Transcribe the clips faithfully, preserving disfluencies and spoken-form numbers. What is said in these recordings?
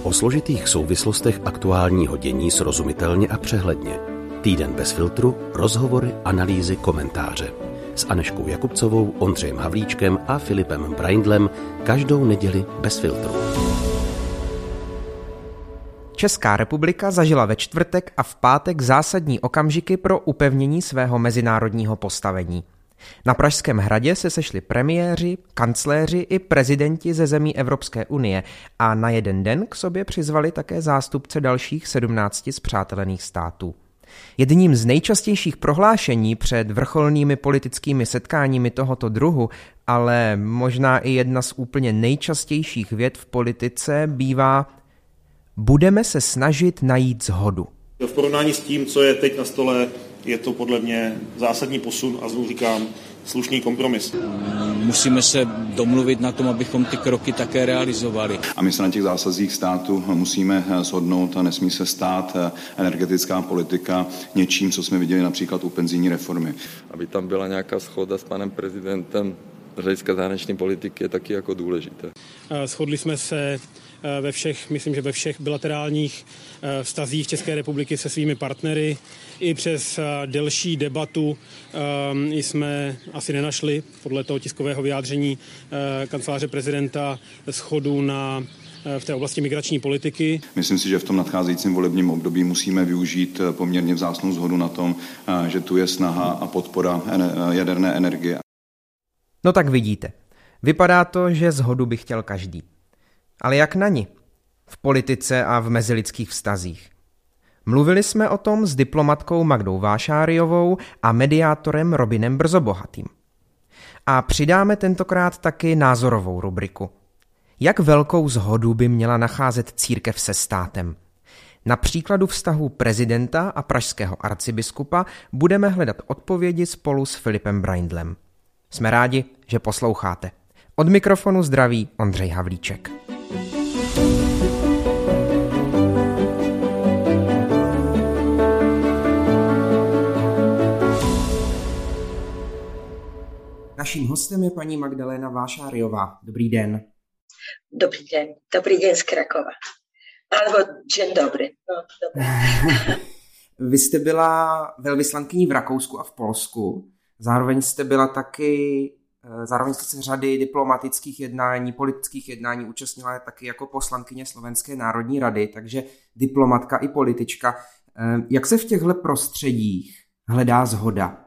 O složitých souvislostech aktuálního dění srozumitelně a přehledně. Týden bez filtru, rozhovory, analýzy, komentáře. S Anežkou Jakubcovou, Ondřejem Havlíčkem a Filipem Braindlem každou neděli bez filtru. Česká republika zažila ve čtvrtek a v pátek zásadní okamžiky pro upevnění svého mezinárodního postavení. Na Pražském hradě se sešli premiéři, kancléři i prezidenti ze zemí Evropské unie a na jeden den k sobě přizvali také zástupce dalších sedmnácti spřátelených států. Jedním z nejčastějších prohlášení před vrcholnými politickými setkáními tohoto druhu, ale možná i jedna z úplně nejčastějších vět v politice bývá: budeme se snažit najít shodu. V porovnání s tím, co je teď na stole, je to podle mě zásadní posun a znovu říkám, slušný kompromis. Musíme se domluvit na tom, abychom ty kroky také realizovali. A my se na těch zásazích států musíme shodnout a nesmí se stát energetická politika něčím, co jsme viděli například u penzijní reformy. Aby tam byla nějaká shoda s panem prezidentem z hlediska zahraniční politiky je taky jako důležité. Shodli jsme se ve všech, myslím, že ve všech bilaterálních vztazích České republiky se svými partnery. I přes delší debatu jsme asi nenašli, podle toho tiskového vyjádření kanceláře prezidenta, shodu na v té oblasti migrační politiky. Myslím si, že v tom nadcházejícím volebním období musíme využít poměrně vzácnou shodu na tom, že tu je snaha a podpora jaderné energie. No tak vidíte, vypadá to, že shodu by chtěl každý. Ale jak na ni? V politice a v mezilidských vztazích. Mluvili jsme o tom s diplomatkou Magdou Vášáriovou a mediátorem Robinem Brzobohatým. A přidáme tentokrát taky názorovou rubriku. Jak velkou shodu by měla nacházet církev se státem? Na příkladu vztahu prezidenta a pražského arcibiskupa budeme hledat odpovědi spolu s Filipem Braindlem. Jsme rádi, že posloucháte. Od mikrofonu zdraví Ondřej Havlíček. Naším hostem je paní Magdalena Vášáriová. Dobrý den. Dobrý den. Dobrý den z Krakova. Alebo dzień dobry. No, dobrý. Vy jste byla velvyslankyní v Rakousku a v Polsku. Zároveň jste byla taky, zároveň jste se řady diplomatických jednání, politických jednání účastnila taky jako poslankyně Slovenské národní rady, takže diplomatka i politička. Jak se v těchto prostředích hledá shoda?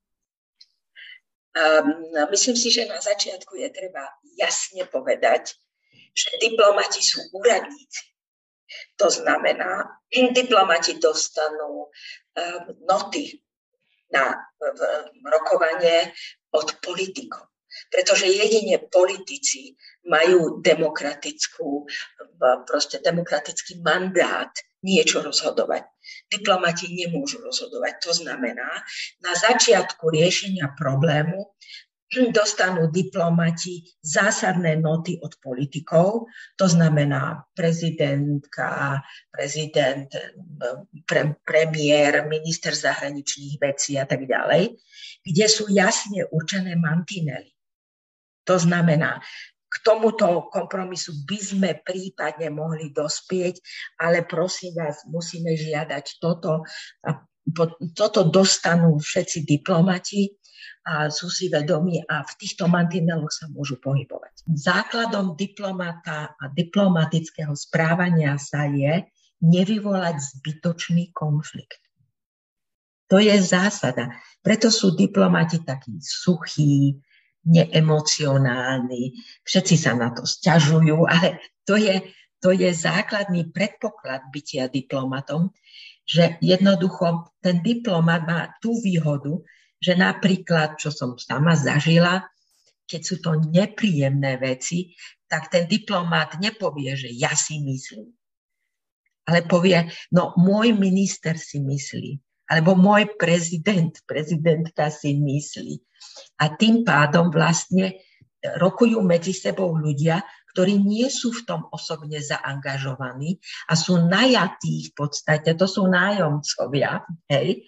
Um, myslím si, že na začiatku je treba jasne povedať, že diplomati sú úradníci. To znamená, diplomati dostanú um, noty na v, rokovanie od politikov. Pretože jedine politici majú demokratickú, proste demokratický mandát niečo rozhodovať. Diplomati nemôžu rozhodovať. To znamená, na začiatku riešenia problému dostanú diplomati zásadné noty od politikov, to znamená prezidentka, prezident, pre, premiér, minister zahraničných vecí a tak ďalej, kde sú jasne určené mantinely. To znamená, k tomuto kompromisu by sme prípadne mohli dospieť, ale prosím vás, musíme žiadať toto. A toto dostanú všetci diplomati a sú si vedomí a v týchto mantineloch sa môžu pohybovať. Základom diplomata a diplomatického správania sa je nevyvolať zbytočný konflikt. To je zásada. Preto sú diplomati takí suchí, neemocionálni, všetci sa na to sťažujú, ale to je, to je základný predpoklad bytia diplomatom, že jednoducho ten diplomat má tú výhodu, že napríklad, čo som sama zažila, keď sú to nepríjemné veci, tak ten diplomat nepovie, že ja si myslím, ale povie, no môj minister si myslí, alebo môj prezident, prezidentka si myslí. A tým pádom vlastne rokujú medzi sebou ľudia, ktorí nie sú v tom osobne zaangažovaní a sú najatí v podstate, to sú nájomcovia, hej,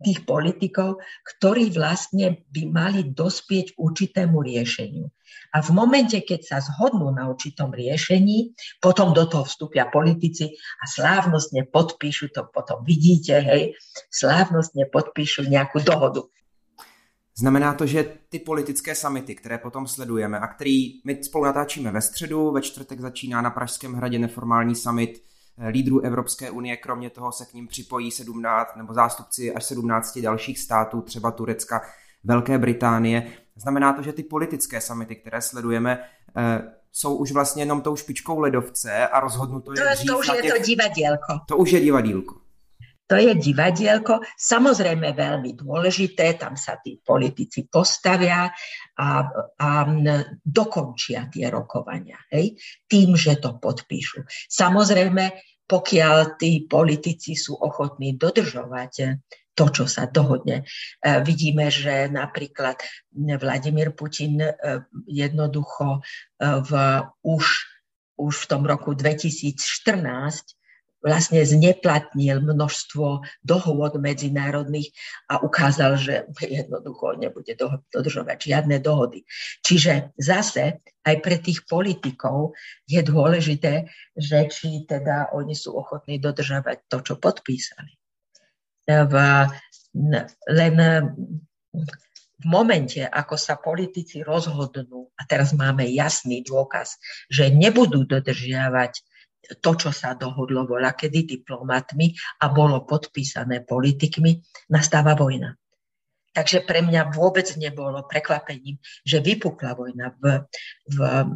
tých politikov, ktorí vlastne by mali dospieť k určitému riešeniu. A v momente, keď sa zhodnú na určitom riešení, potom do toho vstúpia politici a slávnostne podpíšu, to potom vidíte, hej, slávnostne podpíšu nejakú dohodu. Znamená to, že ty politické summity, které potom sledujeme a který my spolu natáčíme ve středu, ve čtvrtek začíná na Pražském hradě neformální summit lídrů Evropské unie, kromě toho se k ním připojí sedmnáct nebo zástupci až sedmnácti dalších států, třeba Turecka, Velké Británie. Znamená to, že ty politické summity, které sledujeme, jsou už vlastně jenom tou špičkou ledovce a rozhodnuto je dřív. To, to už je těch... to divadielko. To už je divadílko. To je divadielko, samozrejme veľmi dôležité, tam sa tí politici postavia a, a dokončia tie rokovania, hej, tým, že to podpíšu. Samozrejme, pokiaľ tí politici sú ochotní dodržovať to, čo sa dohodne. Vidíme, že napríklad Vladimír Putin jednoducho v, už, už v tom roku dvetisícštrnásť vlastne zneplatnil množstvo dohôd medzinárodných a ukázal, že jednoducho nebude dodržovať žiadne dohody. Čiže zase aj pre tých politikov je dôležité, že či teda oni sú ochotní dodržovať to, čo podpísali. V, len v momente, ako sa politici rozhodnú, a teraz máme jasný dôkaz, že nebudú dodržiavať to, čo sa dohodlo voľakedy diplomatmi a bolo podpísané politikmi, nastáva vojna. Takže pre mňa vôbec nebolo prekvapením, že vypukla vojna v, v,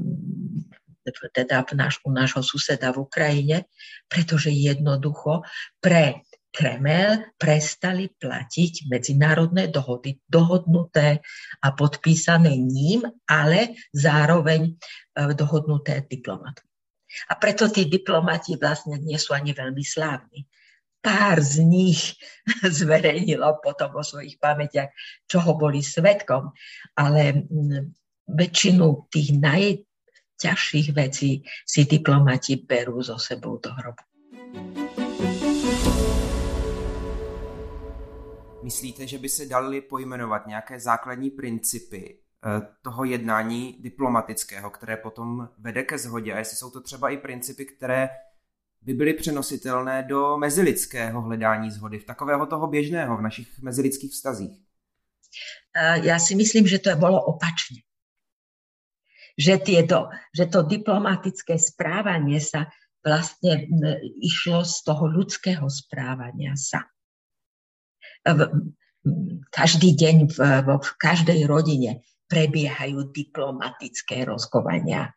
v, teda v náš, u nášho suseda v Ukrajine, pretože jednoducho pre Kreml prestali platiť medzinárodné dohody, dohodnuté a podpísané ním, ale zároveň dohodnuté diplomatmi. A preto tí diplomati vlastne nie sú ani veľmi slávni. Pár z nich zverejnilo potom o svojich pamätiach, čoho boli svedkom, ale väčšinu tých najťažších vecí si diplomati berú so sebou do hrobu. Myslíte, že by se daly pojmenovat nějaké základní principy toho jednání diplomatického, které potom vede ke shodě, a jestli jsou to třeba i principy, které by byly přenositelné do mezilidského hledání shody, v takového toho běžného, v našich mezilidských vztazích? Ja si myslím, že to bolo opačne. Že, tieto, že to diplomatické správanie sa vlastne išlo z toho ľudského správania sa. Každý deň v, v každej rodine prebiehajú diplomatické rozkovania.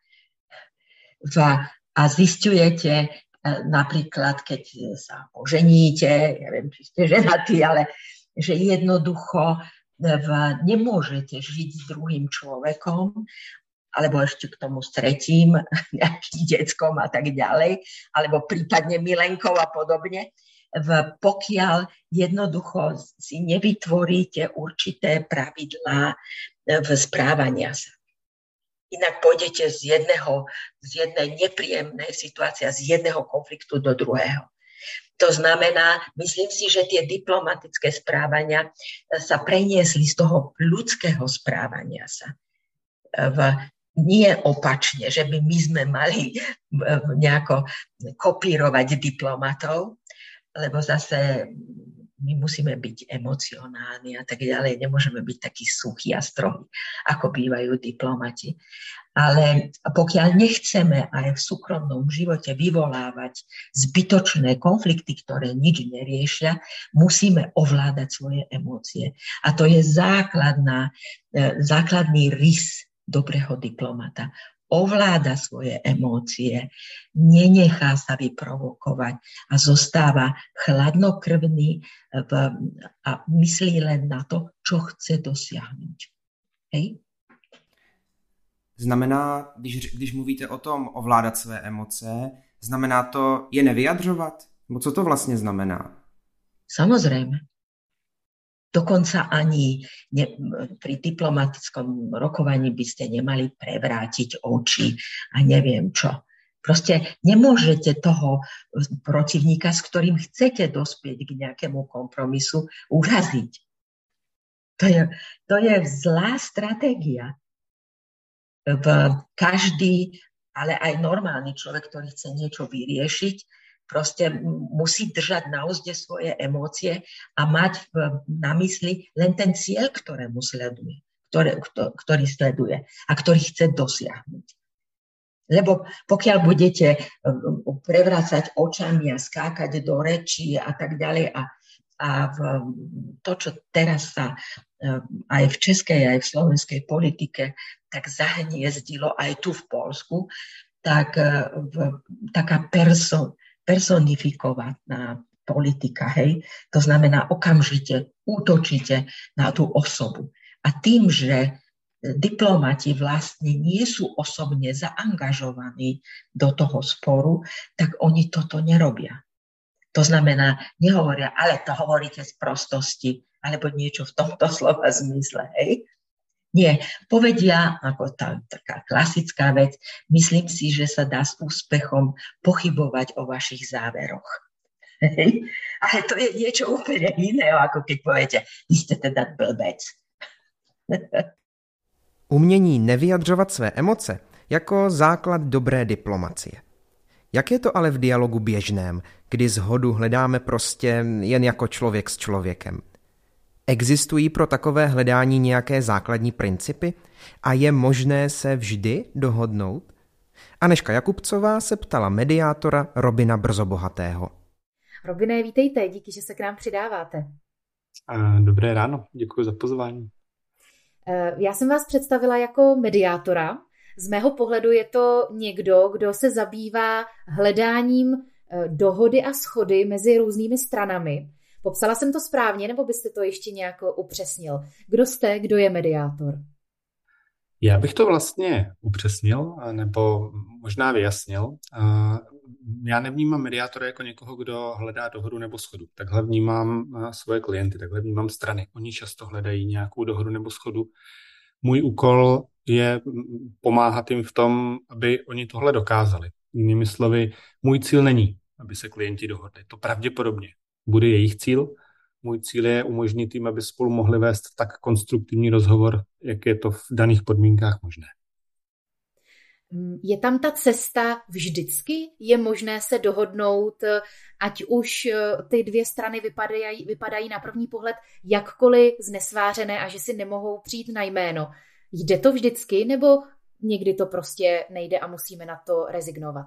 A zisťujete napríklad, keď sa oženíte, ja viem, či ste ženatí, ale že jednoducho nemôžete žiť s druhým človekom, alebo ešte k tomu s tretím, nejakým deckom a tak ďalej, alebo prípadne milenkou a podobne, v, pokiaľ jednoducho si nevytvoríte určité pravidlá v správania sa. Inak pôjdete z, jedného, z jednej nepríjemnej situácie, z jedného konfliktu do druhého. To znamená, myslím si, že tie diplomatické správania sa preniesli z toho ľudského správania sa. V, nie opačne, že by my sme mali nejako kopírovať diplomatov, lebo zase my musíme byť emocionálni a tak ďalej. Nemôžeme byť takí suchí a strohí, ako bývajú diplomati. Ale pokiaľ nechceme aj v súkromnom živote vyvolávať zbytočné konflikty, ktoré nič neriešia, musíme ovládať svoje emócie. A to je základná, základný rys dobrého diplomata. Ovláda svoje emócie, nenechá sa vyprovokovať a zostáva chladnokrvný a myslí len na to, čo chce dosiahnuť. Hej? Znamená, když, když mluvíte o tom ovládat své emoce, znamená to je nevyjadřovat? Nebo co to vlastně znamená? Samozrejme. Dokonca ani ne, pri diplomatickom rokovaní by ste nemali prevrátiť oči a neviem čo. Proste nemôžete toho protivníka, s ktorým chcete dospieť k nejakému kompromisu, uraziť. To je, to je zlá stratégia. V každý, ale aj normálny človek, ktorý chce niečo vyriešiť, proste musí držať na úzde svoje emócie a mať na mysli len ten cieľ, ktorému sleduje, ktoré, ktorý sleduje a ktorý chce dosiahnuť. Lebo pokiaľ budete prevrácať očami a skákať do rečí a tak ďalej a, a v, to, čo teraz sa aj v českej, aj v slovenskej politike tak zahniezdilo aj tu v Poľsku, tak v, taká person, personifikovaná politika, hej, to znamená okamžite útočíte na tú osobu. A tým, že diplomati vlastne nie sú osobne zaangažovaní do toho sporu, tak oni toto nerobia. To znamená, nehovoria, ale to hovoríte z prostosti, alebo niečo v tomto slova zmysle, hej. Nie, povedia, ako tá taká klasická vec, myslím si, že sa dá s úspechom pochybovať o vašich záveroch. Hej. Ale to je niečo úplne iné, ako keď poviete, vy ste teda blbec. Umění nevyjadřovat své emoce jako základ dobré diplomacie. Jak je to ale v dialogu běžném, kdy shodu hledáme prostě jen jako člověk s člověkem? Existují pro takové hledání nějaké základní principy a je možné se vždy dohodnout? Anežka Jakubcová se ptala mediátora Robina Brzobohatého. Robine, vítejte, díky, že se k nám přidáváte. Dobré ráno, děkuji za pozvání. Já jsem vás představila jako mediátora. Z mého pohledu je to někdo, kdo se zabývá hledáním dohody a shody mezi různými stranami. Popsala jsem to správně, nebo byste to ještě nějak upřesnil? Kdo jste, kdo je mediátor? Já bych to vlastně upřesnil, nebo možná vyjasnil. Já nevnímám mediátora jako někoho, kdo hledá dohodu nebo shodu. Takhle vnímám svoje klienty, takhle vnímám strany. Oni často hledají nějakou dohodu nebo shodu. Můj úkol je pomáhat jim v tom, aby oni tohle dokázali. Jinými slovy, můj cíl není, aby se klienti dohodli. To pravděpodobně bude jejich cíl. Můj cíl je umožnit jim, aby spolu mohli vést tak konstruktivní rozhovor, jak je to v daných podmínkách možné. Je tam ta cesta vždycky? Je možné se dohodnout, ať už ty dvě strany vypadají, vypadají na první pohled jakkoliv znesvářené a že si nemohou přijít na jméno. Jde to vždycky, nebo někdy to prostě nejde a musíme na to rezignovat?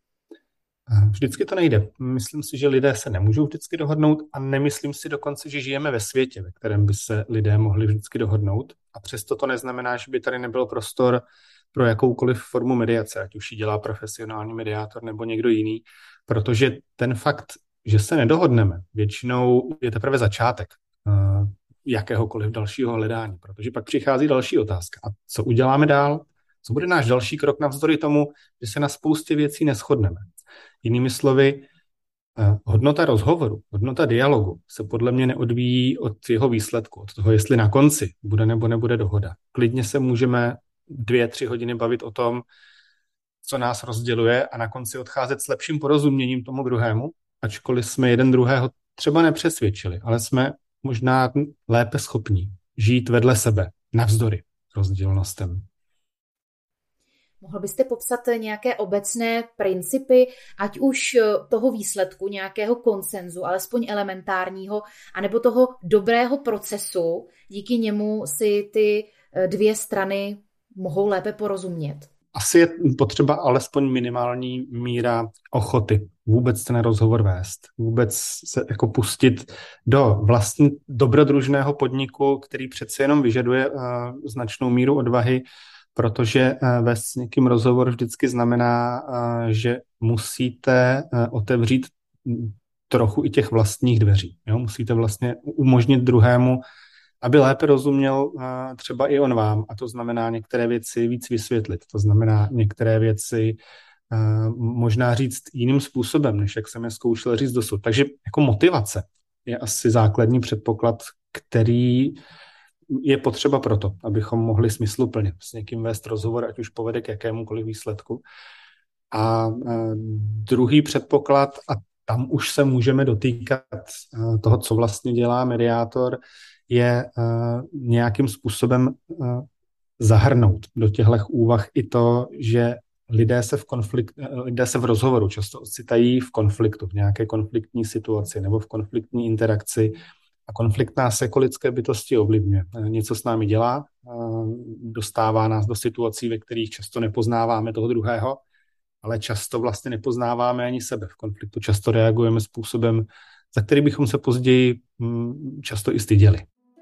Vždycky to nejde. Myslím si, že lidé se nemůžou vždycky dohodnout a nemyslím si dokonce, že žijeme ve světě, ve kterém by se lidé mohli vždycky dohodnout. A přesto to neznamená, že by tady nebyl prostor pro jakoukoliv formu mediace, ať už ji dělá profesionální mediátor nebo někdo jiný, protože ten fakt, že se nedohodneme, většinou je teprve začátek uh, jakéhokoliv dalšího hledání, protože pak přichází další otázka. A co uděláme dál? Co bude náš další krok navzdory tomu, že se na spoustě věcí neshodneme? Jinými slovy, hodnota rozhovoru, hodnota dialogu se podle mě neodvíjí od jeho výsledku, od toho, jestli na konci bude nebo nebude dohoda. Klidně se můžeme dvě, tři hodiny bavit o tom, co nás rozděluje a na konci odcházet s lepším porozuměním tomu druhému, ačkoliv jsme jeden druhého třeba nepřesvědčili, ale jsme možná lépe schopní žít vedle sebe, navzdory rozdílnostem. Mohl byste popsat nějaké obecné principy, ať už toho výsledku, nějakého konsenzu, alespoň elementárního, anebo toho dobrého procesu, díky němu si ty dvě strany mohou lépe porozumět? Asi je potřeba alespoň minimální míra ochoty vůbec ten rozhovor vést, vůbec se jako pustit do vlastně dobrodružného podniku, který přece jenom vyžaduje uh, značnou míru odvahy, protože vést s někým rozhovor vždycky znamená, že musíte otevřít trochu i těch vlastních dveří. Jo? Musíte vlastně umožnit druhému, aby lépe rozuměl třeba i on vám. A to znamená některé věci víc vysvětlit. To znamená některé věci možná říct jiným způsobem, než jak jsem je zkoušel říct dosud. Takže jako motivace je asi základní předpoklad, který je potřeba proto, abychom mohli smysluplně s někým vést rozhovor, ať už povede k jakémukoliv výsledku. A druhý předpoklad, a tam už se můžeme dotýkat toho, co vlastně dělá mediátor, je nějakým způsobem zahrnout do těchto úvah i to, že lidé se v konflikt, lidé se v rozhovoru často ocitají v konfliktu, v nějaké konfliktní situaci nebo v konfliktní interakci. A konflikt nás jako lidské bytosti ovlivňuje. Něco s námi dělá, dostává nás do situací, ve kterých často nepoznáváme toho druhého, ale často vlastně nepoznáváme ani sebe v konfliktu. Často reagujeme způsobem, za který bychom se později často i styděli.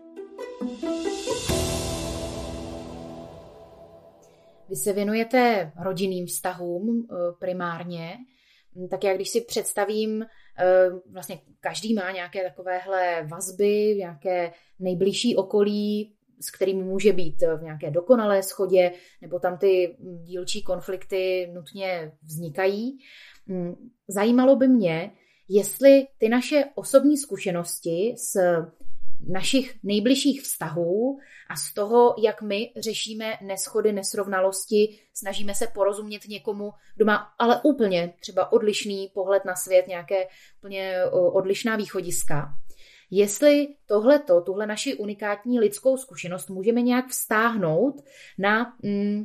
Vy se věnujete rodinným vztahům primárně, tak já když si představím, vlastně každý má nějaké takovéhle vazby, nějaké nejbližší okolí, s kterým může být v nějaké dokonalé shodě, nebo tam ty dílčí konflikty nutně vznikají. Zajímalo by mě, jestli ty naše osobní zkušenosti z našich nejbližších vztahů a z toho, jak my řešíme neshody, nesrovnalosti, snažíme se porozumět někomu, kdo má ale úplně třeba odlišný pohled na svět, nějaké úplně odlišná východiska. Jestli tohleto, tuhle naši unikátní lidskou zkušenost můžeme nějak vztáhnout na mm,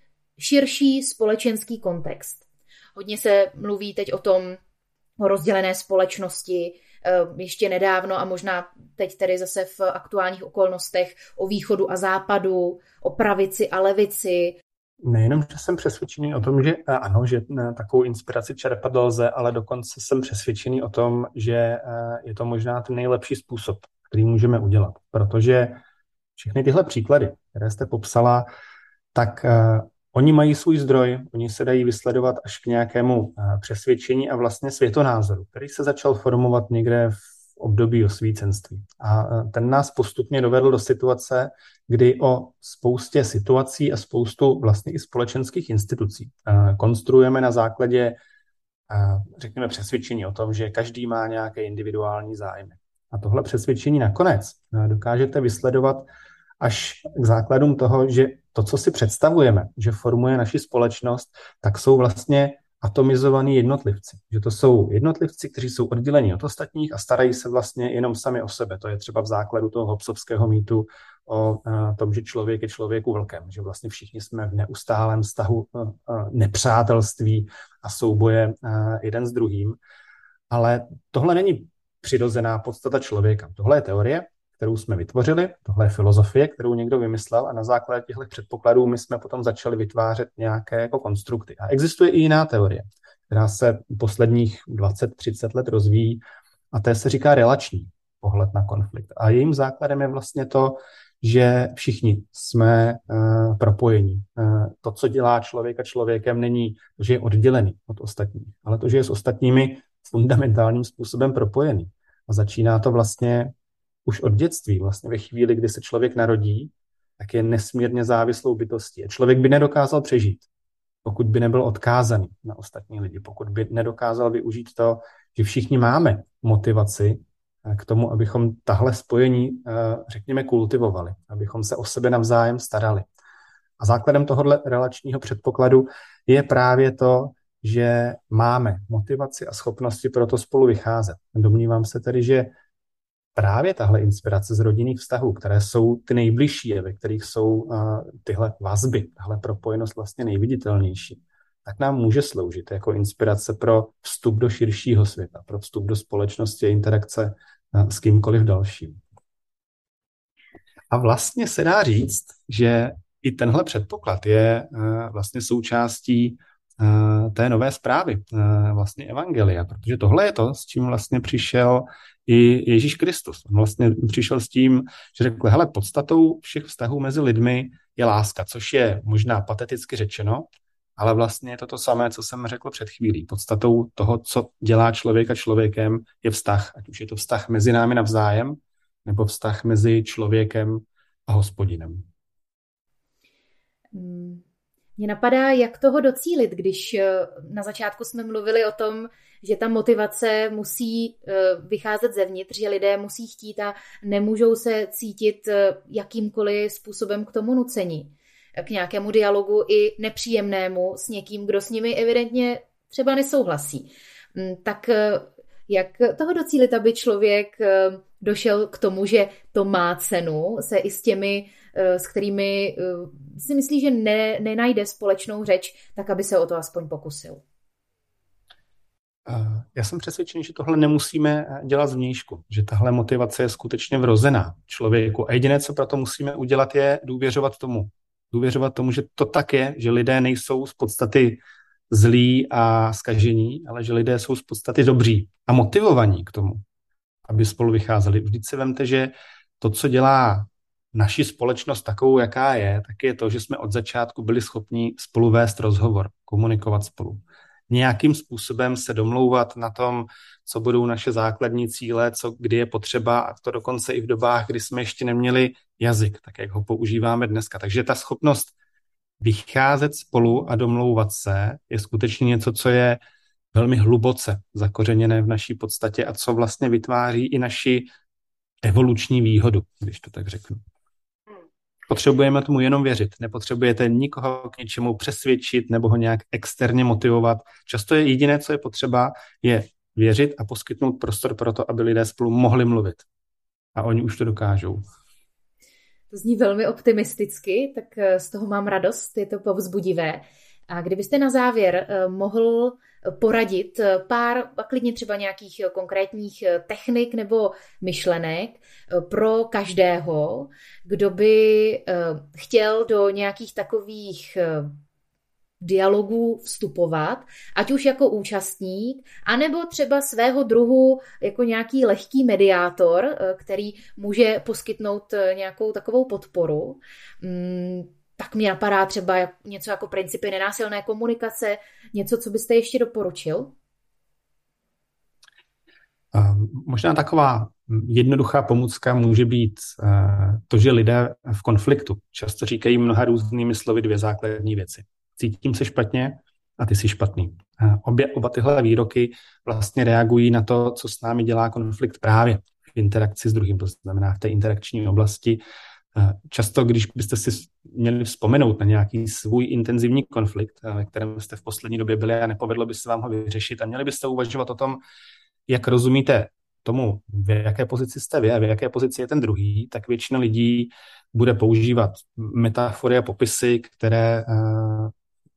širší společenský kontext. Hodně se mluví teď o tom, o rozdělené společnosti, ještě nedávno a možná teď tedy zase v aktuálních okolnostech o východu a západu, o pravici a levici. Nejenom, že jsem přesvědčený o tom, že ano, že takovou inspiraci čerpat lze, ale dokonce jsem přesvědčený o tom, že je to možná ten nejlepší způsob, který můžeme udělat. Protože všechny tyhle příklady, které jste popsala, tak oni mají svůj zdroj, oni se dají vysledovat až k nějakému přesvědčení a vlastně světonázoru, který se začal formovat někde v období osvícenství. A ten nás postupně dovedl do situace, kdy o spoustě situací a spoustu vlastně i společenských institucí konstruujeme na základě, řekněme, přesvědčení o tom, že každý má nějaké individuální zájmy. A tohle přesvědčení nakonec dokážete vysledovat až k základům toho, že to, co si představujeme, že formuje naši společnost, tak jsou vlastně atomizovaní jednotlivci. Že to jsou jednotlivci, kteří jsou oddělení od ostatních a starají se vlastně jenom sami o sebe. To je třeba v základu toho Hobbesovského mýtu o tom, že člověk je člověku vlkem, že vlastně všichni jsme v neustálém vztahu nepřátelství a souboje jeden s druhým. Ale tohle není přirozená podstata člověka. Tohle je teorie, kterou jsme vytvořili, tohle je filozofie, kterou někdo vymyslel a na základě těchto předpokladů my jsme potom začali vytvářet nějaké jako konstrukty. A existuje i jiná teorie, která se posledních dvacet třicet let rozvíjí a té se říká relační pohled na konflikt. A jejím základem je vlastně to, že všichni jsme uh, propojení. Uh, to, co dělá člověka člověkem, není to, že je oddělený od ostatních, ale to, že je s ostatními fundamentálním způsobem propojený. A začíná to vlastně už od dětství, vlastně ve chvíli, kdy se člověk narodí, tak je nesmírně závislou bytostí. A člověk by nedokázal přežít, pokud by nebyl odkázaný na ostatní lidi, pokud by nedokázal využít to, že všichni máme motivaci k tomu, abychom tahle spojení, řekněme, kultivovali, abychom se o sebe navzájem starali. A základem tohohle relačního předpokladu je právě to, že máme motivaci a schopnosti pro to spolu vycházet. Domnívám se tedy, že právě tahle inspirace z rodinných vztahů, které jsou ty nejbližší, ve kterých jsou uh, tyhle vazby, tahle propojenost vlastně nejviditelnější, tak nám může sloužit jako inspirace pro vstup do širšího světa, pro vstup do společnosti a interakce uh, s kýmkoliv dalším. A vlastně se dá říct, že i tenhle předpoklad je uh, vlastně součástí uh, té nové zprávy, uh, vlastně evangelia, protože tohle je to, s čím vlastně přišel i Ježíš Kristus. On vlastně přišel s tím, že řekl, hele, podstatou všech vztahů mezi lidmi je láska, což je možná pateticky řečeno, ale vlastně je to to samé, co jsem řekl před chvílí. Podstatou toho, co dělá člověka člověkem, je vztah. Ať už je to vztah mezi námi navzájem, nebo vztah mezi člověkem a Hospodinem. Mně napadá, jak toho docílit, když na začátku jsme mluvili o tom, že ta motivace musí vycházet zevnitř, že lidé musí chtít a nemůžou se cítit jakýmkoliv způsobem k tomu nucení. k nějakému dialogu i nepříjemnému s někým, kdo s nimi evidentně třeba nesouhlasí. Tak jak toho docílit, aby člověk došel k tomu, že to má cenu, se i s těmi, s kterými si myslí, že ne, nenajde společnou řeč, tak aby se o to aspoň pokusil? Já jsem přesvědčený, že tohle nemusíme dělat zvnějšku, že tahle motivace je skutečně vrozená člověku. A jediné, co pro to musíme udělat, je důvěřovat tomu. Důvěřovat tomu, že to tak je, že lidé nejsou z podstaty zlí a zkažení, ale že lidé jsou z podstaty dobří a motivovaní k tomu, aby spolu vycházeli. Vždyť si vemte, že to, co dělá naši společnost takovou, jaká je, tak je to, že jsme od začátku byli schopni spolu vést rozhovor, komunikovat spolu. Nějakým způsobem se domlouvat na tom, co budou naše základní cíle, co kdy je potřeba, a to dokonce i v dobách, kdy jsme ještě neměli jazyk, tak jak ho používáme dneska. Takže ta schopnost vycházet spolu a domlouvat se je skutečně něco, co je velmi hluboce zakořeněné v naší podstatě a co vlastně vytváří i naši evoluční výhodu, když to tak řeknu. Potřebujeme tomu jenom věřit. Nepotřebujete nikoho k něčemu přesvědčit nebo ho nějak externě motivovat. Často je jediné, co je potřeba, je věřit a poskytnout prostor pro to, aby lidé spolu mohli mluvit. A oni už to dokážou. To zní velmi optimisticky, tak z toho mám radost, je to povzbudivé. A kdybyste na závěr mohl poradit pár, a klidně třeba nějakých konkrétních technik nebo myšlenek pro každého, kdo by chtěl do nějakých takových dialogů vstupovat, ať už jako účastník, anebo třeba svého druhu jako nějaký lehký mediátor, který může poskytnout nějakou takovou podporu. Tak mě napadá třeba něco jako principy nenásilné komunikace, něco, co byste ještě doporučil? Možná taková jednoduchá pomůcka může být to, že lidé v konfliktu často říkají mnoha různými slovy dvě základní věci. Cítím se špatně a ty jsi špatný. Obě, oba tyhle výroky vlastně reagují na to, co s námi dělá konflikt právě v interakci s druhým, to znamená v té interakční oblasti. Často, když byste si měli vzpomenout na nějaký svůj intenzivní konflikt, ve kterém jste v poslední době byli a nepovedlo by se vám ho vyřešit a měli byste uvažovat o tom, jak rozumíte tomu, v jaké pozici jste vy a v jaké pozici je ten druhý, tak většina lidí bude používat metafory a popisy, které uh,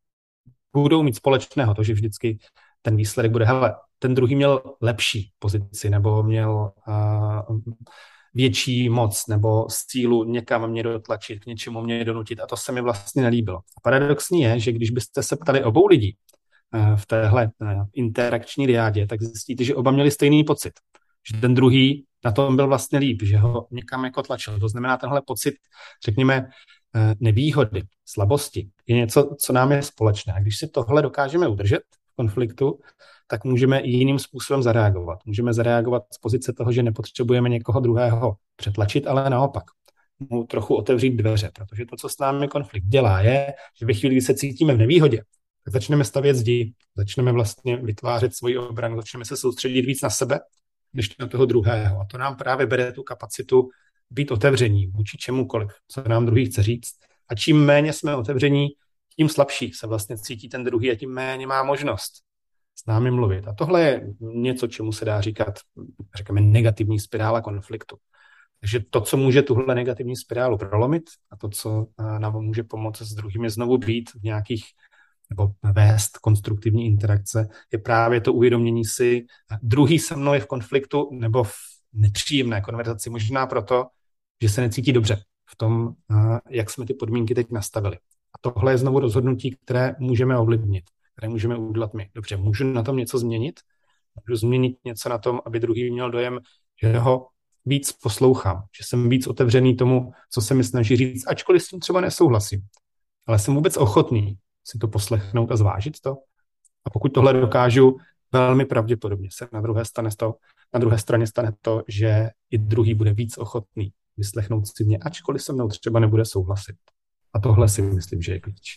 budou mít společného, to, že vždycky ten výsledek bude, hele, ten druhý měl lepší pozici nebo měl uh, větší moc nebo sílu někam mě dotlačit, k něčemu mě donutit a to se mi vlastně nelíbilo. A paradoxní je, že když byste se ptali obou lidí v téhle interakční diádě, tak zjistíte, že oba měli stejný pocit. Že ten druhý na tom byl vlastně líp, že ho někam jako tlačil. To znamená, tenhle pocit, řekněme, nevýhody, slabosti, je něco, co nám je společné. A když si tohle dokážeme udržet v konfliktu, tak můžeme i jiným způsobem zareagovat. Můžeme zareagovat z pozice toho, že nepotřebujeme někoho druhého přetlačit, ale naopak mu trochu otevřít dveře, protože to, co s námi konflikt dělá, je, že ve chvíli, kdy se cítíme v nevýhodě, tak začneme stavět zdi, začneme vlastně vytvářet svoji obranu, začneme se soustředit víc na sebe, než na toho druhého. A to nám právě bere tu kapacitu být otevření vůči čemukoliv, co nám druhý chce říct. A čím méně jsme otevření, tím slabší se vlastně cítí ten druhý a tím méně má možnost s námi mluvit. A tohle je něco, čemu se dá říkat, řekněme, negativní spirála konfliktu. Takže to, co může tuhle negativní spirálu prolomit a to, co nám může pomoct s druhými znovu být v nějakých nebo vést konstruktivní interakce, je právě to uvědomění si, druhý se mnou je v konfliktu nebo v nepříjemné konverzaci, možná proto, že se necítí dobře v tom, jak jsme ty podmínky teď nastavili. A tohle je znovu rozhodnutí, které můžeme ovlivnit, které můžeme udělat my. Dobře, můžu na tom něco změnit? Můžu změnit něco na tom, aby druhý měl dojem, že ho víc poslouchám, že jsem víc otevřený tomu, co se mi snaží říct, ačkoliv s tím třeba nesouhlasím. Ale jsem vůbec ochotný si to poslechnout a zvážit to. A pokud tohle dokážu, velmi pravděpodobně se na druhé, stane to, na druhé straně stane to, že i druhý bude víc ochotný vyslechnout si mě, ačkoliv se mnou třeba nebude souhlasit. A tohle si myslím, že je klíč.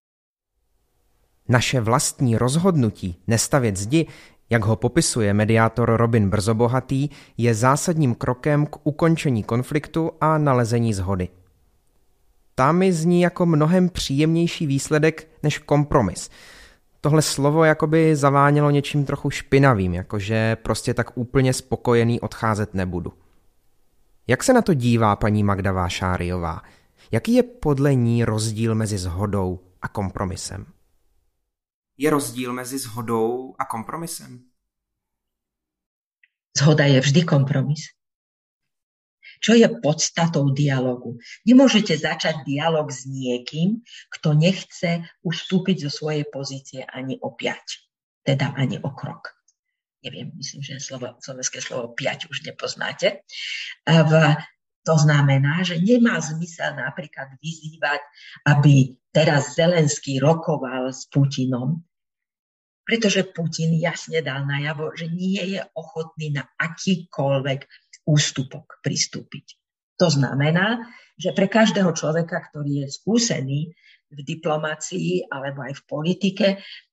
Naše vlastní rozhodnutí nestavět zdi, jak ho popisuje mediátor Robin Brzobohatý, je zásadním krokem k ukončení konfliktu a nalezení shody. tam mi zní jako mnohem příjemnější výsledek než kompromis. Tohle slovo jakoby zavánělo něčím trochu špinavým, jakože prostě tak úplně spokojený odcházet nebudu. Jak se na to dívá paní Magda Vášáriová? Jaký je podle ní rozdíl mezi shodou a kompromisem? Je rozdíl mezi shodou a kompromisem? Zhoda je vždy kompromis. Čo je podstatou dialogu? Nemôžete začať dialog s niekým, kto nechce ustúpiť zo svojej pozície ani o piať, teda ani o krok. Neviem, myslím, že slovo, slovenské slovo piať už nepoznáte. V, to znamená, že nemá zmysel napríklad vyzývať, aby teraz Zelenský rokoval s Putinom, pretože Putin jasne dal najavo, že nie je ochotný na akýkoľvek ústupok pristúpiť. To znamená, že pre každého človeka, ktorý je skúsený v diplomácii alebo aj v politike,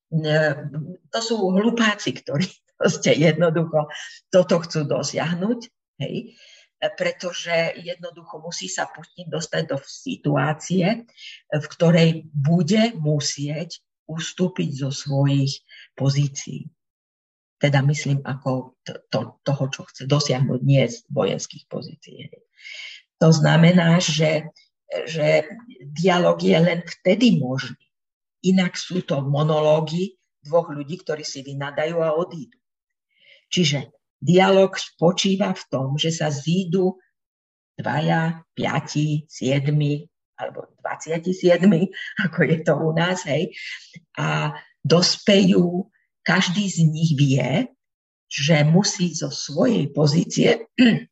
to sú hlupáci, ktorí proste jednoducho toto chcú dosiahnuť, hej, pretože jednoducho musí sa Putin dostať do situácie, v ktorej bude musieť ustúpiť zo svojich pozícií. Teda myslím ako to, to, toho, čo chce dosiahnuť, nie z vojenských pozícií. To znamená, že, že dialog je len vtedy možný. Inak sú to monológy dvoch ľudí, ktorí si vynadajú a odídu. Čiže dialog spočíva v tom, že sa zídu dvaja, piati, siedmi alebo dvadsaťsedem, ako je to u nás, hej, a dospejú. Každý z nich vie, že musí zo svojej pozície,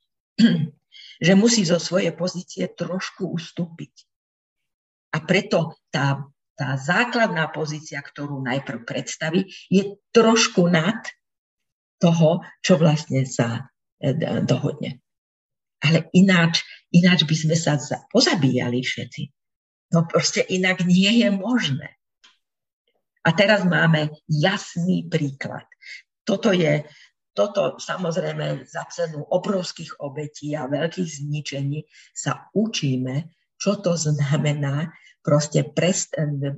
že musí zo svojej pozície trošku ustúpiť. A preto tá, tá základná pozícia, ktorú najprv predstaví, je trošku nad toho, čo vlastne sa dohodne. Ale ináč, ináč by sme sa pozabíjali všetci. No proste inak nie je možné. A teraz máme jasný príklad. Toto je, toto samozrejme za cenu obrovských obetí a veľkých zničení sa učíme, čo to znamená proste, prest,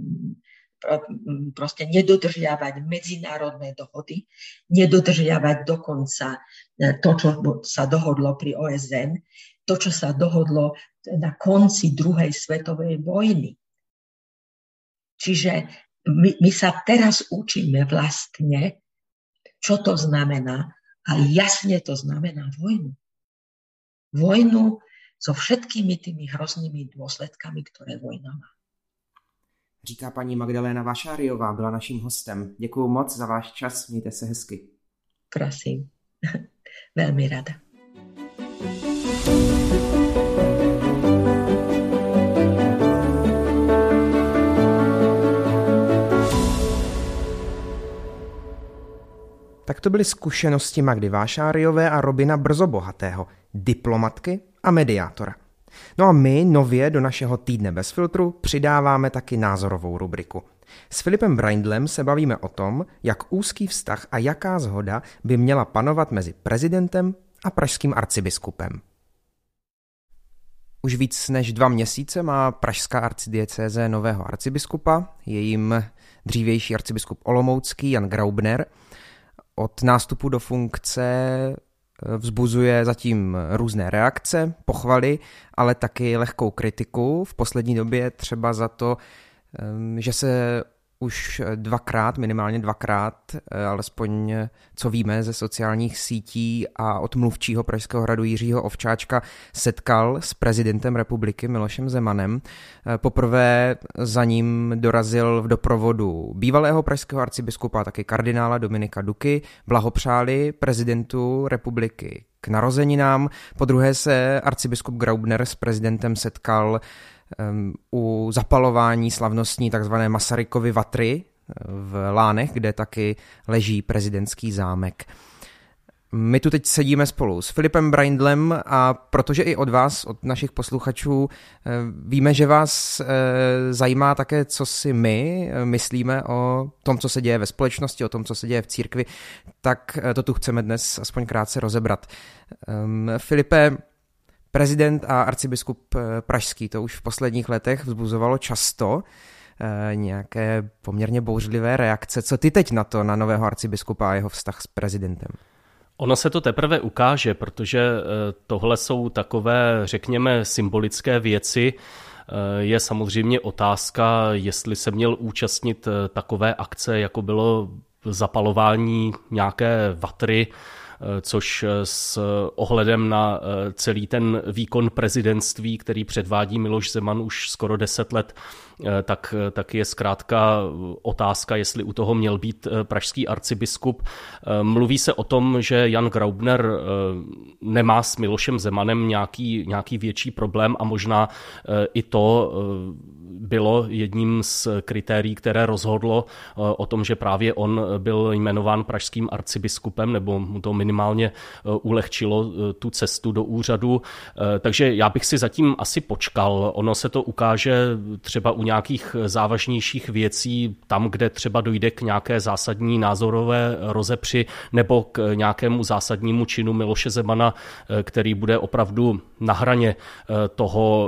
proste nedodržiavať medzinárodné dohody, nedodržiavať dokonca to, čo sa dohodlo pri ó es en, to, čo sa dohodlo na konci druhej svetovej vojny. Čiže My, my sa teraz učíme vlastne, čo to znamená, a jasne to znamená vojnu. Vojnu so všetkými tými hroznými dôsledkami, ktoré vojna má. Říká paní Magdalena Vášáriová, byla naším hostem. Děkuju moc za váš čas, mějte se hezky. Prosím, veľmi rada. Tak to byly zkušenosti Magdy Vášáriové a Robina Brzobohatého, diplomatky a mediátora. No a my nově do našeho týdne bez filtru přidáváme taky názorovou rubriku. S Filipem Braindlem se bavíme o tom, jak úzký vztah a jaká shoda by měla panovat mezi prezidentem a pražským arcibiskupem. Už víc než dva měsíce má pražská arcidiecéze nového arcibiskupa, je jim dřívější arcibiskup olomoucký Jan Graubner. Od nástupu do funkce vzbuzuje zatím různé reakce, pochvaly, ale taky lehkou kritiku. V poslední době třeba za to, že se už dvakrát, minimálně dvakrát, alespoň co víme ze sociálních sítí a od mluvčího Pražského hradu Jiřího Ovčáčka, setkal s prezidentem republiky Milošem Zemanem. Poprvé za ním dorazil v doprovodu bývalého pražského arcibiskupa a taky kardinála Dominika Duky. Blahopřáli prezidentu republiky k narozeninám. Podruhé se arcibiskup Graubner s prezidentem setkal Um, u zapalování slavnostní takzvané Masarykovy vatry v Lánech, kde taky leží prezidentský zámek. My tu teď sedíme spolu s Filipem Braindlem a protože i od vás, od našich posluchačů, víme, že vás zajímá také, co si my myslíme o tom, co se děje ve společnosti, o tom, co se děje v církvi, tak to tu chceme dnes aspoň krátce rozebrat. Um, Filipe, Prezident a arcibiskup pražský, to už v posledních letech vzbuzovalo často nějaké poměrně bouřlivé reakce. Co ty teď na to, na nového arcibiskupa a jeho vztah s prezidentem? Ono se to teprve ukáže, protože tohle jsou takové, řekněme, symbolické věci. Je samozřejmě otázka, jestli se měl účastnit takové akce, jako bylo zapalování nějaké vatry, což s ohledem na celý ten výkon prezidentství, který předvádí Miloš Zeman už skoro deset let, tak, tak je zkrátka otázka, jestli u toho měl být pražský arcibiskup. Mluví se o tom, že Jan Graubner nemá s Milošem Zemanem nějaký, nějaký větší problém a možná i to bylo jedním z kritérií, které rozhodlo o tom, že právě on byl jmenován pražským arcibiskupem, nebo mu to minimálně ulehčilo tu cestu do úřadu. Takže já bych si zatím asi počkal. Ono se to ukáže třeba u nějakých závažnějších věcí, tam, kde třeba dojde k nějaké zásadní názorové rozepři nebo k nějakému zásadnímu činu Miloše Zemana, který bude opravdu na hraně toho,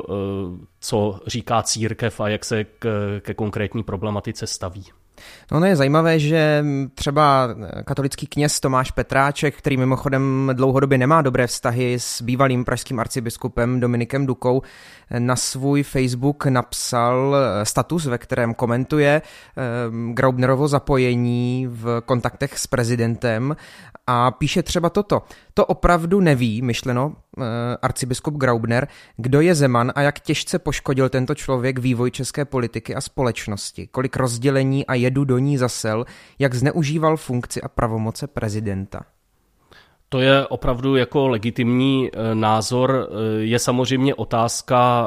co říká církev a jak se k, ke konkrétní problematice staví. No, no je zajímavé, že třeba katolický kněz Tomáš Petráček, který mimochodem dlouhodobě nemá dobré vztahy s bývalým pražským arcibiskupem Dominikem Dukou, na svůj Facebook napsal status, ve kterém komentuje Graubnerovo zapojení v kontaktech s prezidentem a píše třeba toto. To opravdu neví, myšleno arcibiskup Graubner, kdo je Zeman a jak těžce poškodil tento člověk vývoj české politiky a společnosti, kolik rozdělení a jedu do ní zasel, jak zneužíval funkci a pravomoce prezidenta. To je opravdu jako legitimní názor. Je samozřejmě otázka,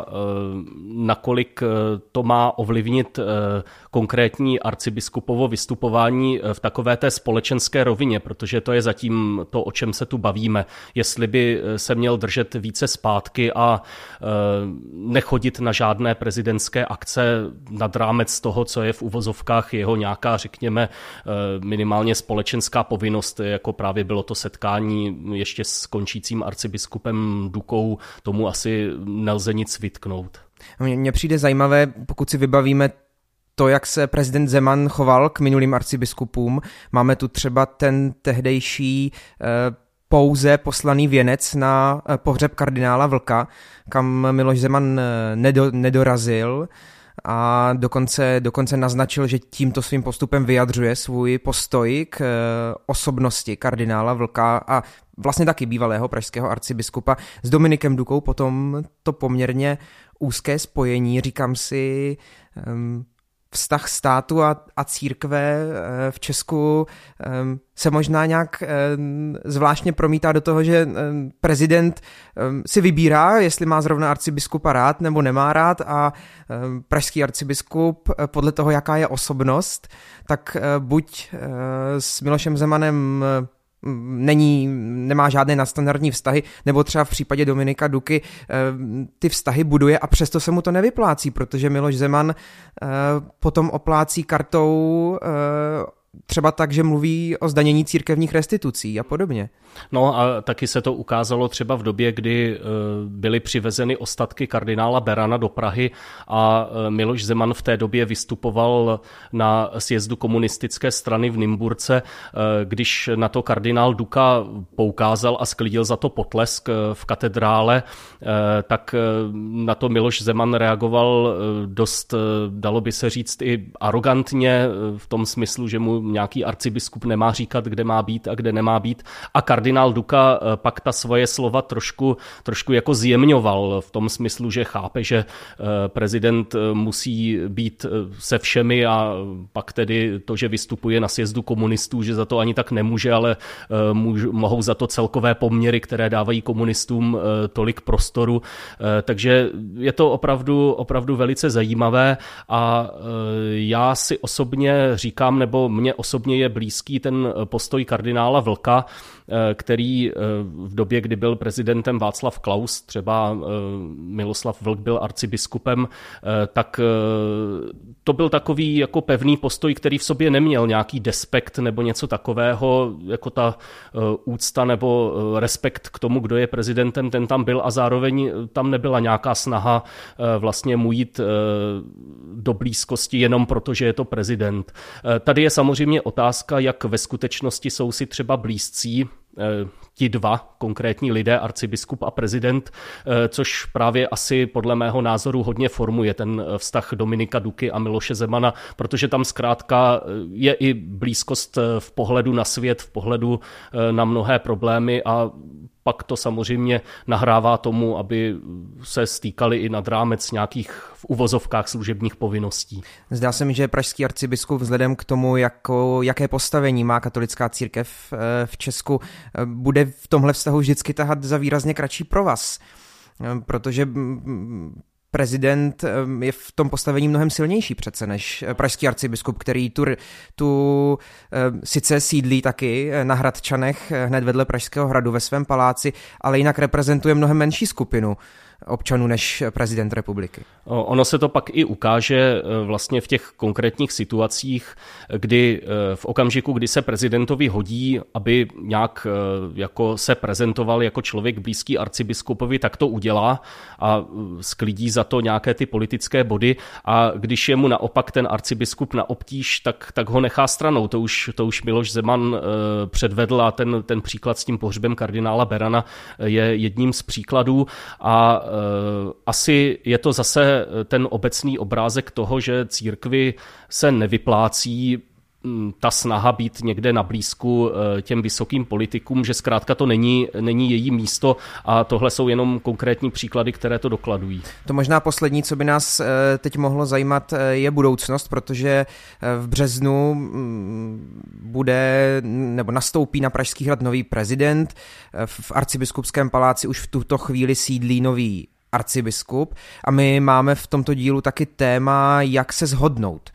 nakolik to má ovlivnit konkrétní arcibiskupovo vystupování v takové té společenské rovině, protože to je zatím to, o čem se tu bavíme. Jestli by se měl držet více zpátky a nechodit na žádné prezidentské akce nad rámec toho, co je v uvozovkách jeho nějaká, řekněme, minimálně společenská povinnost, jako právě bylo to setkání ještě s končícím arcibiskupem Dukou, tomu asi nelze nic vytknout. Mně přijde zajímavé, pokud si vybavíme to, jak se prezident Zeman choval k minulým arcibiskupům. Máme tu třeba ten tehdejší eh, pouze poslaný věnec na pohřeb kardinála Vlka, kam Miloš Zeman nedo, nedorazil a dokonce, dokonce naznačil, že tímto svým postupem vyjadřuje svůj postoj k osobnosti kardinála Vlka a vlastně taky bývalého pražského arcibiskupa. S Dominikem Dukou potom to poměrně úzké spojení, říkám si, um, vztah státu a, a církve v Česku um, se možná nějak um, zvláštně promítá do toho, že um, prezident um, si vybírá, jestli má zrovna arcibiskupa rád nebo nemá rád a um, pražský arcibiskup podle toho, jaká je osobnost, tak uh, buď uh, s Milošem Zemanem uh, není, nemá žádné nadstandardní vztahy, nebo třeba v případě Dominika Duky ty vztahy buduje a přesto se mu to nevyplácí, protože Miloš Zeman potom oplácí kartou třeba tak, že mluví o zdanění církevních restitucí a podobně. No a taky se to ukázalo třeba v době, kdy byly přivezeny ostatky kardinála Berana do Prahy a Miloš Zeman v té době vystupoval na sjezdu komunistické strany v Nymburce, když na to kardinál Duka poukázal a sklidil za to potlesk v katedrále, tak na to Miloš Zeman reagoval dost, dalo by se říct, i arrogantně v tom smyslu, že mu nějaký arcibiskup nemá říkat, kde má být a kde nemá být. A kardinál Duka pak ta svoje slova trošku, trošku jako zjemňoval v tom smyslu, že chápe, že prezident musí být se všemi a pak tedy to, že vystupuje na sjezdu komunistů, že za to ani tak nemůže, ale mohou za to celkové poměry, které dávají komunistům tolik prostoru. Takže je to opravdu, opravdu velice zajímavé a já si osobně říkám, nebo mě mně osobně je blízký ten postoj kardinála Vlka, který v době, kdy byl prezidentem Václav Klaus, třeba Miloslav Vlk byl arcibiskupem, tak to byl takový jako pevný postoj, který v sobě neměl nějaký despekt nebo něco takového, jako ta úcta nebo respekt k tomu, kdo je prezidentem, ten tam byl a zároveň tam nebyla nějaká snaha vlastně mu jít do blízkosti jenom proto, že je to prezident. Tady je samozřejmě otázka, jak ve skutečnosti jsou si třeba blízcí ti dva konkrétní lidé, arcibiskup a prezident, což právě asi podle mého názoru hodně formuje ten vztah Dominika Duky a Miloše Zemana, protože tam zkrátka je i blízkost v pohledu na svět, v pohledu na mnohé problémy a pak to samozřejmě nahrává tomu, aby se stýkali i nad rámec nějakých v uvozovkách služebních povinností. Zdá se mi, že pražský arcibiskup vzhledem k tomu, jako, jaké postavení má katolická církev v Česku, bude v tomhle vztahu vždycky tahat za výrazně kratší provaz, protože prezident je v tom postavení mnohem silnější přece než pražský arcibiskup, který tu, tu sice sídlí taky na Hradčanech hned vedle Pražského hradu ve svém paláci, ale jinak reprezentuje mnohem menší skupinu občanů než prezident republiky. Ono se to pak i ukáže vlastně v těch konkrétních situacích, kdy v okamžiku, kdy se prezidentovi hodí, aby nějak jako se prezentoval jako člověk blízký arcibiskupovi, tak to udělá a sklidí za to nějaké ty politické body a když je mu naopak ten arcibiskup na obtíž, tak, tak ho nechá stranou. To už, to už Miloš Zeman předvedl a ten, ten příklad s tím pohřbem kardinála Berana je jedním z příkladů a asi je to zase ten obecný obrázek toho, že církvi se nevyplácí ta snaha být někde na blízku těm vysokým politikům, že zkrátka to není, není její místo a tohle jsou jenom konkrétní příklady, které to dokladují. To možná poslední, co by nás teď mohlo zajímat, je budoucnost, protože v březnu bude nebo nastoupí na Pražský hrad nový prezident. V arcibiskupském paláci už v tuto chvíli sídlí nový arcibiskup a my máme v tomto dílu taky téma, jak se shodnout.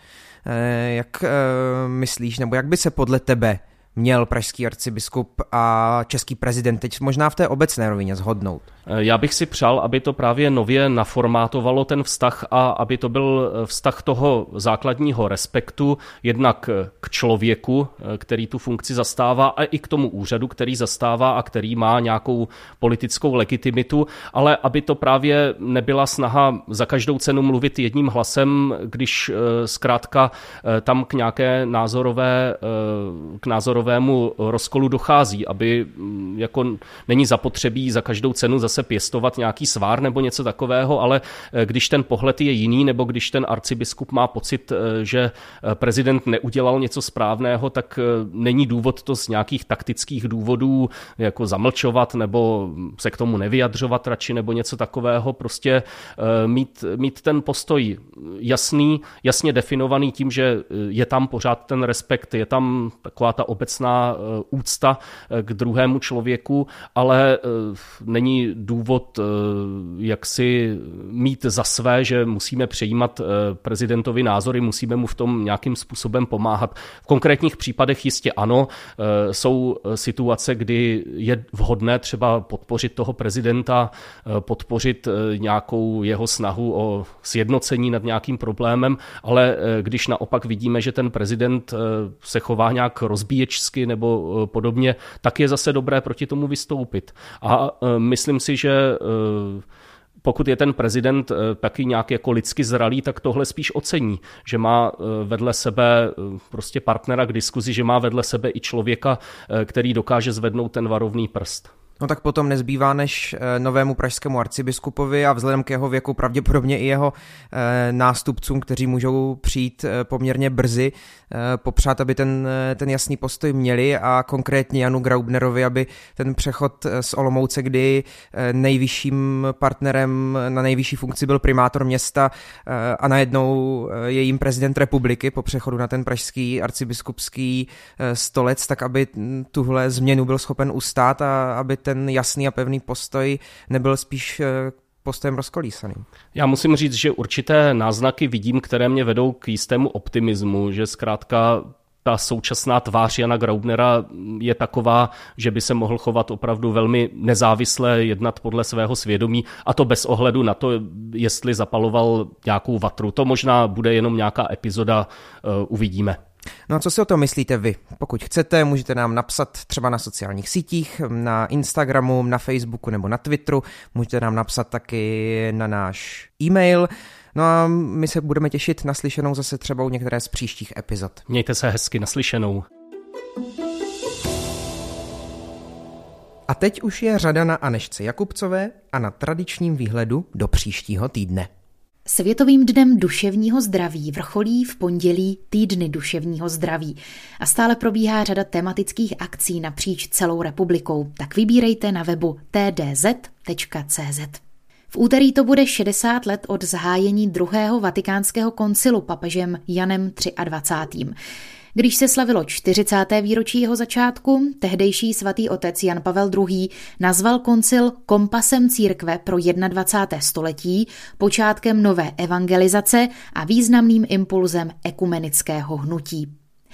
Jak myslíš, nebo jak by se podle tebe měl pražský arcibiskup a český prezident teď možná v té obecné rovině shodnout? Já bych si přál, aby to právě nově naformátovalo ten vztah a aby to byl vztah toho základního respektu jednak k člověku, který tu funkci zastává a i k tomu úřadu, který zastává a který má nějakou politickou legitimitu, ale aby to právě nebyla snaha za každou cenu mluvit jedním hlasem, když zkrátka tam k nějaké názorové, k názorovému rozkolu dochází, aby jako není zapotřebí za každou cenu zase se pěstovat nějaký svár nebo něco takového, ale když ten pohled je jiný, nebo když ten arcibiskup má pocit, že prezident neudělal něco správného, tak není důvod to z nějakých taktických důvodů jako zamlčovat nebo se k tomu nevyjadřovat radši nebo něco takového, prostě mít, mít ten postoj jasný, jasně definovaný tím, že je tam pořád ten respekt, je tam taková ta obecná úcta k druhému člověku, ale není důvod, jak si mít za své, že musíme přejímat prezidentovi názory, musíme mu v tom nějakým způsobem pomáhat. V konkrétních případech jistě ano, jsou situace, kdy je vhodné třeba podpořit toho prezidenta, podpořit nějakou jeho snahu o sjednocení nad nějakým problémem, ale když naopak vidíme, že ten prezident se chová nějak rozbíječsky nebo podobně, tak je zase dobré proti tomu vystoupit. A myslím si, že pokud je ten prezident taky nějak jako lidsky zralý, tak tohle spíš ocení, že má vedle sebe prostě partnera k diskuzi, že má vedle sebe i člověka, který dokáže zvednout ten varovný prst. No tak potom nezbývá než novému pražskému arcibiskupovi a vzhledem k jeho věku pravděpodobně i jeho nástupcům, kteří můžou přijít poměrně brzy, popřát, aby ten, ten jasný postoj měli a konkrétně Janu Graubnerovi, aby ten přechod z Olomouce, kdy nejvyšším partnerem na nejvyšší funkci byl primátor města a najednou je jím prezident republiky po přechodu na ten pražský arcibiskupský stolec, tak aby tuhle změnu byl schopen ustát a aby ten jasný a pevný postoj nebyl spíš postojem rozkolísaným. Já musím říct, že určité náznaky vidím, které mě vedou k jistému optimismu, že zkrátka ta současná tvář Jana Graubnera je taková, že by se mohl chovat opravdu velmi nezávisle, jednat podle svého svědomí, a to bez ohledu na to, jestli zapaloval nějakou vatru. To možná bude jenom nějaká epizoda, uvidíme. No a co si o tom myslíte vy? Pokud chcete, můžete nám napsat třeba na sociálních sítích, na Instagramu, na Facebooku nebo na Twitteru, můžete nám napsat taky na náš e-mail. No a my se budeme těšit na slyšenou zase třeba u některé z příštích epizod. Mějte se hezky, naslyšenou. A teď už je řada na Anežce Jakubcové a na tradičním výhledu do příštího týdne. Světovým dnem duševního zdraví vrcholí v pondělí týdny duševního zdraví a stále probíhá řada tematických akcí napříč celou republikou. Tak vybírejte na webu t d z tečka c z. V úterý to bude šedesát let od zahájení druhého vatikánského koncilu papežem Janem dvacátým třetím Když se slavilo čtyřicáté výročí jeho začátku, tehdejší svatý otec Jan Pavel druhý. nazval koncil kompasem církve pro dvacáté první století, počátkem nové evangelizace a významným impulzem ekumenického hnutí.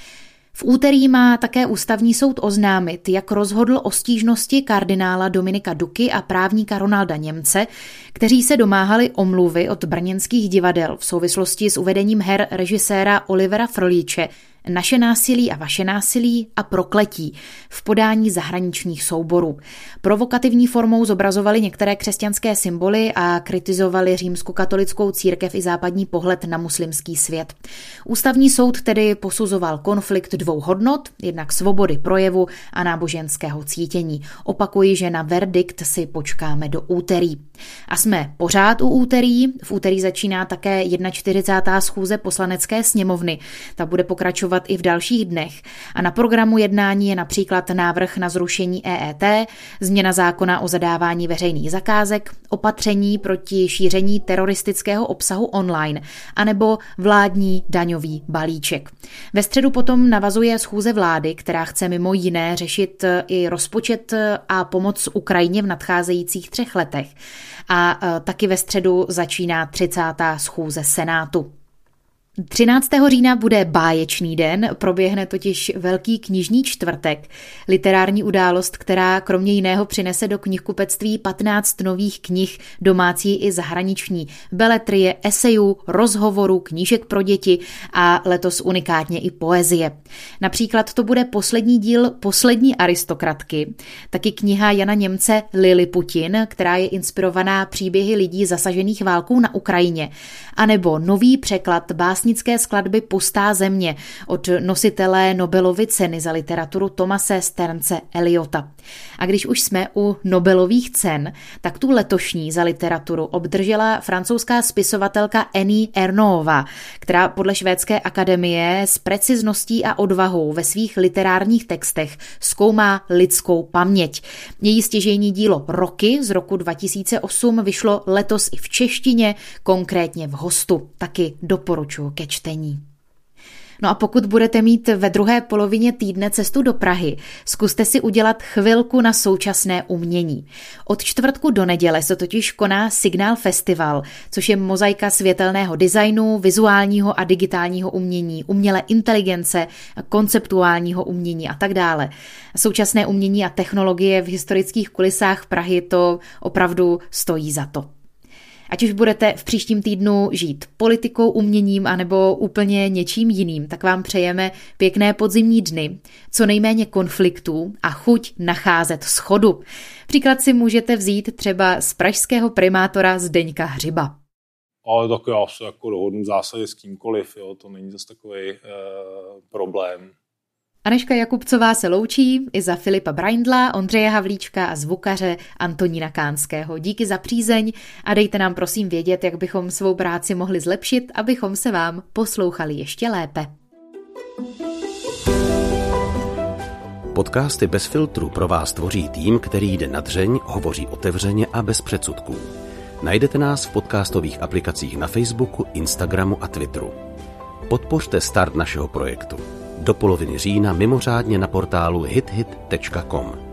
V úterý má také ústavní soud oznámit, jak rozhodl o stížnosti kardinála Dominika Duky a právníka Ronalda Němce, kteří se domáhali omluvy od brněnských divadel v souvislosti s uvedením her režiséra Olivera Frlíče Naše násilí a vaše násilí a Prokletí v podání zahraničních souborů. Provokativní formou zobrazovali některé křesťanské symboly a kritizovali římskokatolickou církev i západní pohled na muslimský svět. Ústavní soud tedy posuzoval konflikt dvou hodnot, jednak svobody projevu a náboženského cítění. Opakuji, že na verdikt si počkáme do úterý. A jsme pořád u úterý. V úterý začíná také čtyřicátá první schůze Poslanecké sněmovny. Ta bude pokračovat i v dalších dnech. A na programu jednání je například návrh na zrušení E E T, změna zákona o zadávání veřejných zakázek, opatření proti šíření teroristického obsahu online, anebo vládní daňový balíček. Ve středu potom navazuje schůze vlády, která chce mimo jiné řešit i rozpočet a pomoc Ukrajině v nadcházejících třech letech. A taky ve středu začíná třicátá schůze Senátu. třináctého října bude báječný den, proběhne totiž Velký knižní čtvrtek, literární událost, která kromě jiného přinese do knihkupectví patnáct nových knih, domácí i zahraniční, beletrie, esejů, rozhovorů, knížek pro děti a letos unikátně i poezie. Například to bude poslední díl Poslední aristokratky, taky kniha Jana Němce Liliputin, která je inspirovaná příběhy lidí zasažených válkou na Ukrajině, anebo nový překlad básnické skladby Pustá země od nositele Nobelovy ceny za literaturu Thomase Stearnse Eliota. A když už jsme u Nobelových cen, tak tu letošní za literaturu obdržela francouzská spisovatelka Annie Ernauxová, která podle švédské akademie s precizností a odvahou ve svých literárních textech zkoumá lidskou paměť. Její stěžejní dílo Roky z roku dva tisíce osm vyšlo letos i v češtině, konkrétně v Hostu. Taky doporučuji ke čtení. No a pokud budete mít ve druhé polovině týdne cestu do Prahy, zkuste si udělat chvilku na současné umění. Od čtvrtku do neděle se totiž koná Signál Festival, což je mozaika světelného designu, vizuálního a digitálního umění, umělé inteligence, konceptuálního umění a tak dále. Současné umění a technologie v historických kulisách Prahy to opravdu stojí za to. Ať už budete v příštím týdnu žít politikou, uměním anebo úplně něčím jiným, tak vám přejeme pěkné podzimní dny, co nejméně konfliktů a chuť nacházet schodu. Příklad si můžete vzít třeba z pražského primátora Zdeňka Hřiba. Ale tak já se jako dohodnu v zásadě s kýmkoliv, jo, to není zase takový e, problém. Anežka Jakubcová se loučí i za Filipa Braindla, Ondřeje Havlíčka a zvukaře Antonína Kánského. Díky za přízeň a dejte nám prosím vědět, jak bychom svou práci mohli zlepšit, abychom se vám poslouchali ještě lépe. Podcasty Bez filtru pro vás tvoří tým, který jde na dřeň, hovoří otevřeně a bez předsudků. Najdete nás v podcastových aplikacích na Facebooku, Instagramu a Twitteru. Podpořte start našeho projektu. Do poloviny října mimořádně na portálu hit hit tečka com.